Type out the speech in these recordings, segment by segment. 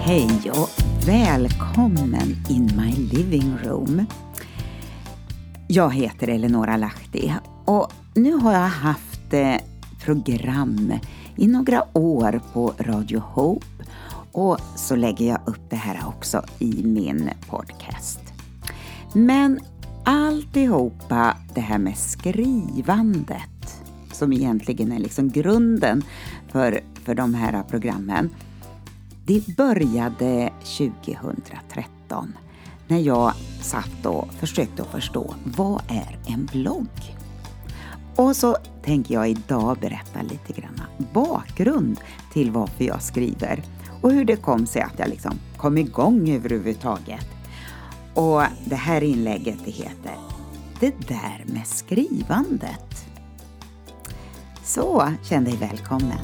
Hej och välkommen in my living room. Jag heter Eleonora Lahti och nu har jag haft program i några år på Radio Hope och så lägger jag upp det här också i min podcast. Men alltihopa det här med skrivandet som egentligen är liksom grunden för de här programmen. Det började 2013 när jag satt och försökte att förstå vad är en blogg. Och så tänker jag idag berätta lite grann bakgrund till varför jag skriver och hur det kom sig att jag liksom kom igång överhuvudtaget. Och det här inlägget det heter Det där med skrivandet. Så, känn dig välkommen.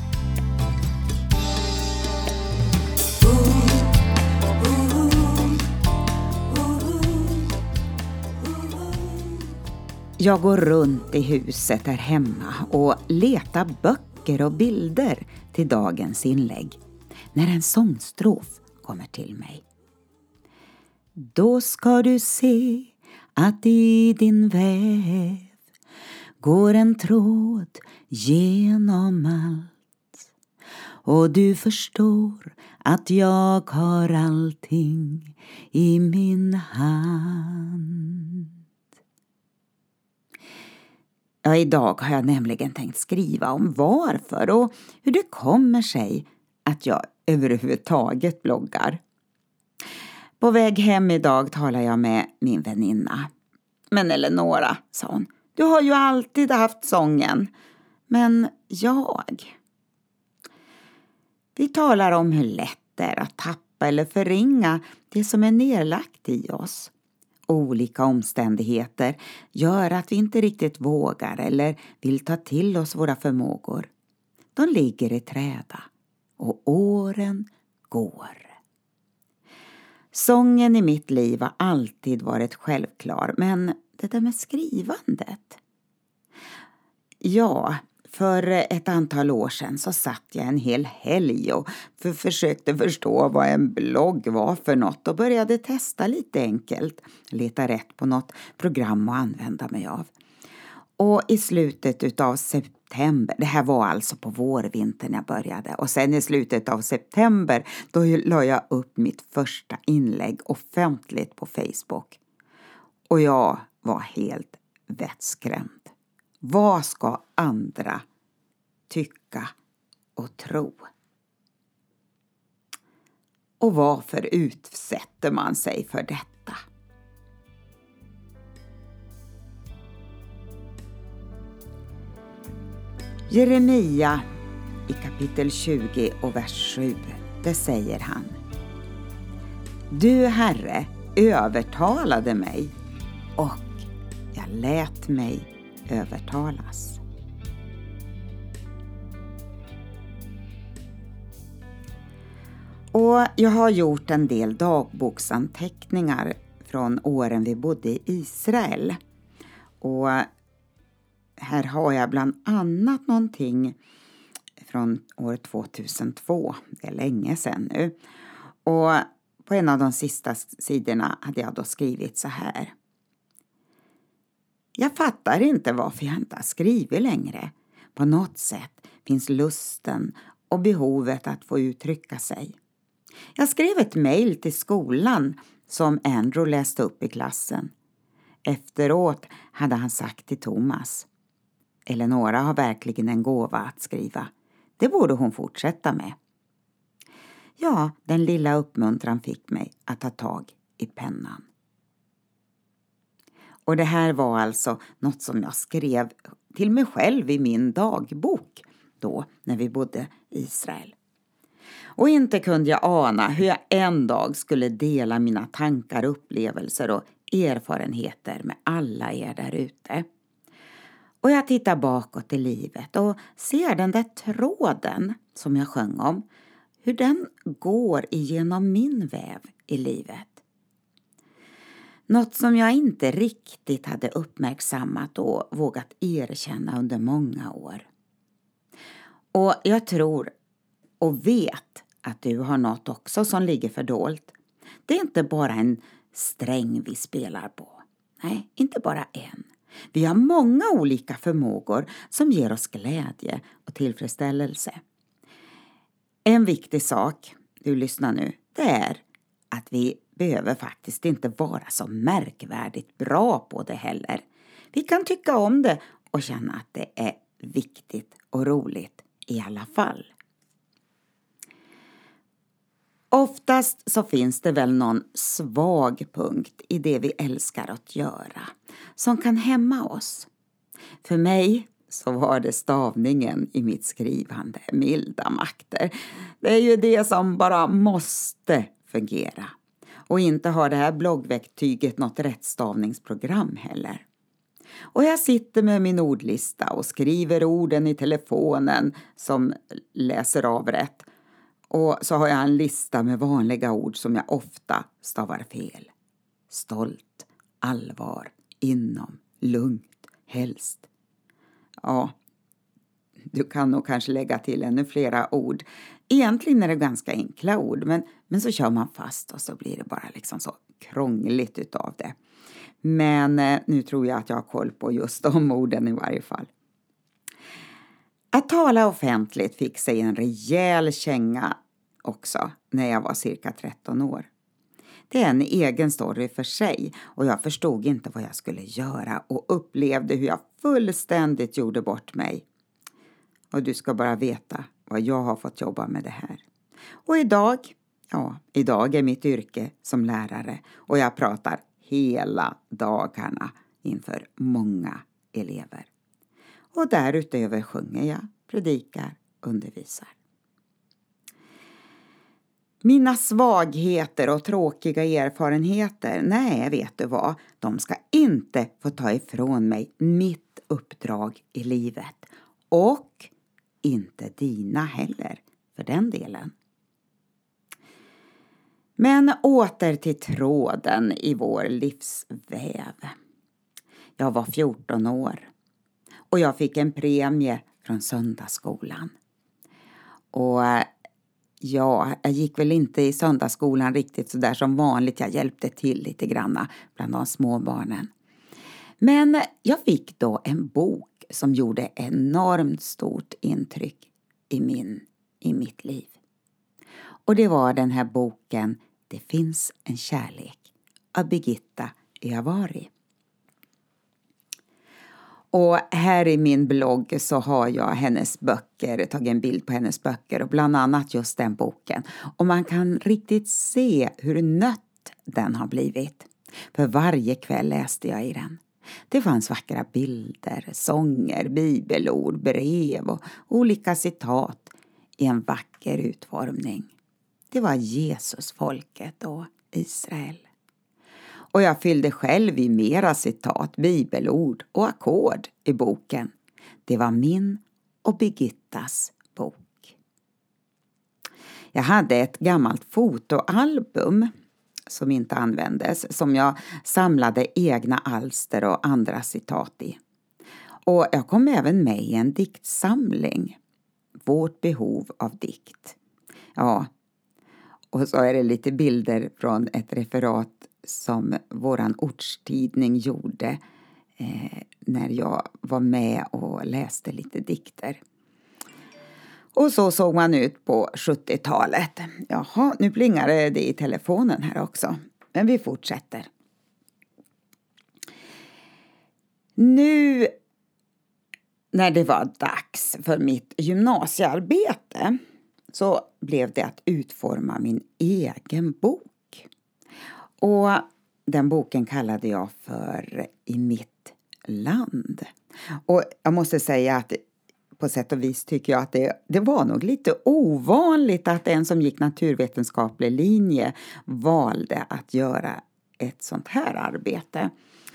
Jag går runt i huset här hemma och letar böcker och bilder till dagens inlägg när en sångstrof kommer till mig. Då ska du se att i din väv går en tråd genom allt och du förstår att jag har allting i min hand. Ja, idag har jag nämligen tänkt skriva om varför och hur det kommer sig att jag överhuvudtaget bloggar. På väg hem idag talar jag med min väninna. Men Eleonora, sa hon, du har ju alltid haft sången. Men jag? Vi talar om hur lätt det är att tappa eller förringa det som är nedlagt i oss. Olika omständigheter gör att vi inte riktigt vågar eller vill ta till oss våra förmågor. De ligger i träda och åren går. Sången i mitt liv har alltid varit självklar, men det där med skrivandet. Ja, för ett antal år sedan så satt jag en hel helg och försökte förstå vad en blogg var för något och började testa lite enkelt. Leta rätt på något program att använda mig av. Och i slutet av september, det här var alltså på vårvintern jag började. Och sen i slutet av september då la jag upp mitt första inlägg offentligt på Facebook. Och jag var helt vettskrämd. Vad ska andra tycka och tro? Och varför utsätter man sig för detta? Jeremia i kapitel 20 och vers 7, det säger han. Du, Herre, övertalade mig och jag lät mig övertalas. Och jag har gjort en del dagboksanteckningar från åren vi bodde i Israel. Och här har jag bland annat någonting från år 2002. Det är länge sedan nu. Och på en av de sista sidorna hade jag då skrivit så här. Jag fattar inte varför jag inte har skrivit längre. På något sätt finns lusten och behovet att få uttrycka sig. Jag skrev ett mejl till skolan som Andrew läste upp i klassen. Efteråt hade han sagt till Thomas. Eleonora har verkligen en gåva att skriva. Det borde hon fortsätta med. Ja, den lilla uppmuntran fick mig att ta tag i pennan. Och det här var alltså något som jag skrev till mig själv i min dagbok då när vi bodde i Israel. Och inte kunde jag ana hur jag en dag skulle dela mina tankar, upplevelser och erfarenheter med alla er där ute. Och jag tittar bakåt i livet och ser den där tråden som jag sjöng om, hur den går igenom min väv i livet. Något som jag inte riktigt hade uppmärksammat och vågat erkänna under många år. Och jag tror och vet att du har något också som ligger fördolt. Det är inte bara en sträng vi spelar på. Nej, inte bara en. Vi har många olika förmågor som ger oss glädje och tillfredsställelse. En viktig sak, du lyssnar nu, det är att vi behöver faktiskt inte vara så märkvärdigt bra på det heller. Vi kan tycka om det och känna att det är viktigt och roligt i alla fall. Oftast så finns det väl någon svag punkt i det vi älskar att göra som kan hämma oss. För mig så var det stavningen i mitt skrivande, milda makter. Det är ju det som bara måste fungera. Och inte har det här bloggverktyget något rättstavningsprogram heller. Och jag sitter med min ordlista och skriver orden i telefonen som läser av rätt. Och så har jag en lista med vanliga ord som jag ofta stavar fel. Stolt, allvar, inom, lugnt, helst. Ja, du kan nog kanske lägga till ännu flera ord. Egentligen är det ganska enkla ord, men så kör man fast och så blir det bara liksom så krångligt utav det. Men nu tror jag att jag har koll på just de orden i varje fall. Att tala offentligt fick sig en rejäl känga också när jag var cirka 13 år. Det är en egen story för sig och jag förstod inte vad jag skulle göra och upplevde hur jag fullständigt gjorde bort mig. Och du ska bara veta vad jag har fått jobba med det här. Och idag är mitt yrke som lärare och jag pratar hela dagarna inför många elever. Och därutöver sjunger jag, predikar, undervisar. Mina svagheter och tråkiga erfarenheter, nej vet du vad, de ska inte få ta ifrån mig mitt uppdrag i livet. Och inte dina heller, för den delen. Men åter till tråden i vår livsväv. Jag var 14 år och jag fick en premie från söndagsskolan. Och jag gick väl inte i söndagsskolan riktigt så där som vanligt. Jag hjälpte till lite granna bland de små barnen. Men jag fick då en bok som gjorde enormt stort intryck i mitt liv. Och det var den här boken Det finns en kärlek av Birgitta Ehavari. Och här i min blogg så har jag hennes böcker, tagit en bild på hennes böcker och bland annat just den boken. Och man kan riktigt se hur nött den har blivit. För varje kväll läste jag i den. Det fanns vackra bilder, sånger, bibelord, brev och olika citat i en vacker utformning. Det var Jesusfolket och Israel. Och jag fyllde själv i mera citat, bibelord och ackord i boken. Det var min och Birgittas bok. Jag hade ett gammalt fotoalbum som inte användes, som jag samlade egna alster och andra citat i. Och jag kom även med i en diktsamling, Vårt behov av dikt. Ja, och så är det lite bilder från ett referat som våran ortstidning gjorde när jag var med och läste lite dikter. Och så såg man ut på 70-talet. Jaha, nu plingar det i telefonen här också. Men vi fortsätter. Nu när det var dags för mitt gymnasiearbete så blev det att utforma min egen bok. Och den boken kallade jag för I mitt land. Och jag måste säga att på sätt och vis tycker jag att det var nog lite ovanligt att en som gick naturvetenskaplig linje valde att göra ett sånt här arbete.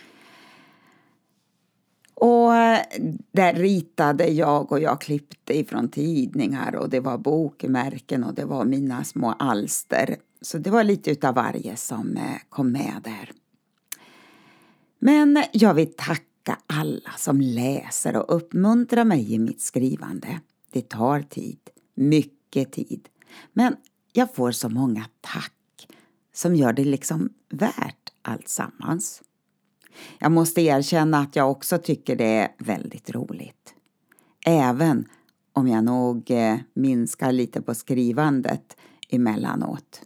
Och där ritade jag och jag klippte ifrån tidningar och det var bokmärken och det var mina små alster. Så det var lite utav varje som kom med där. Men jag vill tacka alla som läser och uppmuntrar mig i mitt skrivande. Det tar tid, mycket tid. Men jag får så många tack som gör det liksom värt allt sammans. Jag måste erkänna att jag också tycker det är väldigt roligt. Även om jag nog minskar lite på skrivandet emellanåt.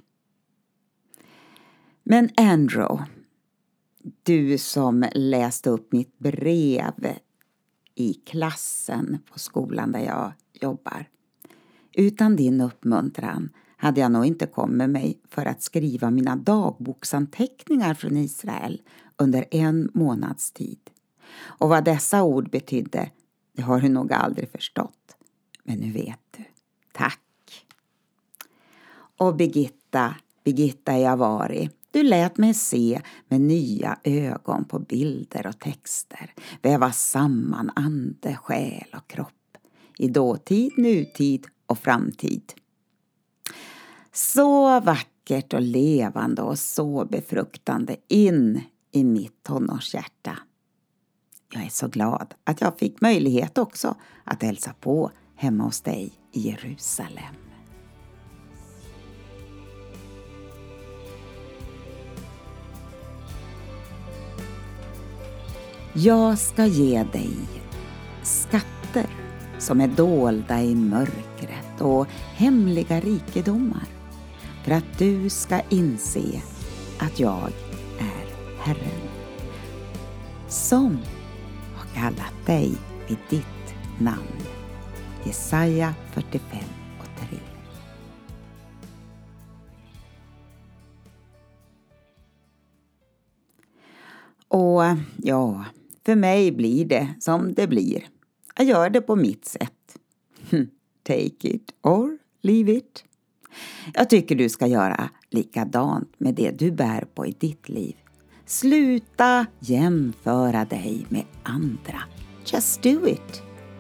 Men Andrew, du som läste upp mitt brev i klassen på skolan där jag jobbar. Utan din uppmuntran hade jag nog inte kommit mig för att skriva mina dagboksanteckningar från Israel under 1 månads tid. Och vad dessa ord betydde, det har du nog aldrig förstått. Men nu vet du. Tack. Och Birgitta Javari, du lät mig se med nya ögon på bilder och texter. Väva samman ande, själ och kropp. I dåtid, nutid och framtid. Så vackert och levande och så befruktande in i mitt tonårshjärta. Jag är så glad att jag fick möjlighet också att hälsa på hemma hos dig i Jerusalem. Jag ska ge dig skatter som är dolda i mörkret och hemliga rikedomar för att du ska inse att jag är Herren som har kallat dig vid ditt namn. Jesaja 45:3. Och ja, för mig blir det som det blir. Jag gör det på mitt sätt. Take it or leave it. Jag tycker du ska göra likadant med det du bär på i ditt liv. Sluta jämföra dig med andra. Just do it.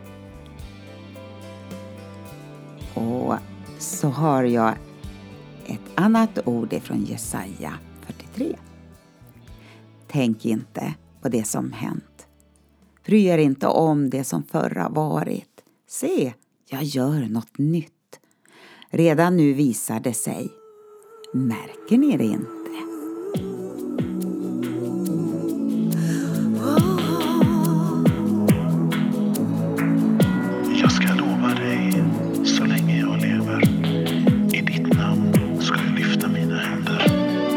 Och så har jag ett annat ord från Jesaja 43. Tänk inte på det som hänt. Bry er inte om det som förra varit. Se, jag gör något nytt. Redan nu visar det sig. Märker ni det inte? Jag ska lova dig så länge jag lever. I ditt namn ska jag lyfta mina händer.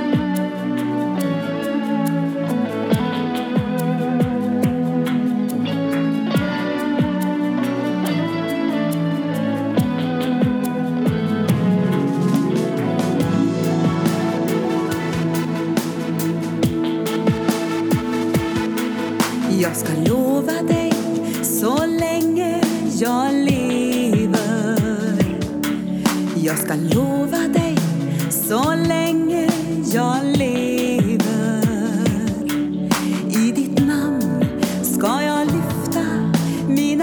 Jag ska lova dig så länge jag lever. Jag ska lova dig så länge jag lever. I ditt namn ska jag lyfta mina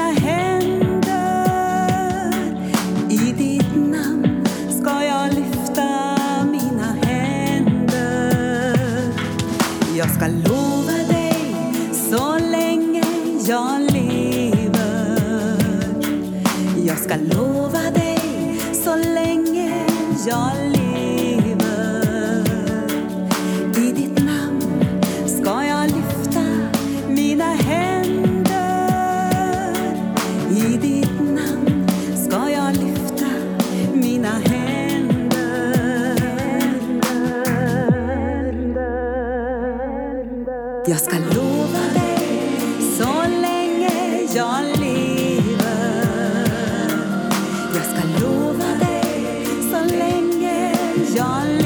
händer. I ditt namn ska jag lyfta mina händer. Jag ska lova dig så länge jag lever. Jag ska lova dig så länge jag lever. I ditt namn ska jag lyfta mina händer. I ditt namn ska jag lyfta mina händer. Jag ska lova dig så länge jag lever. Jag ska lova dig så länge jag lever.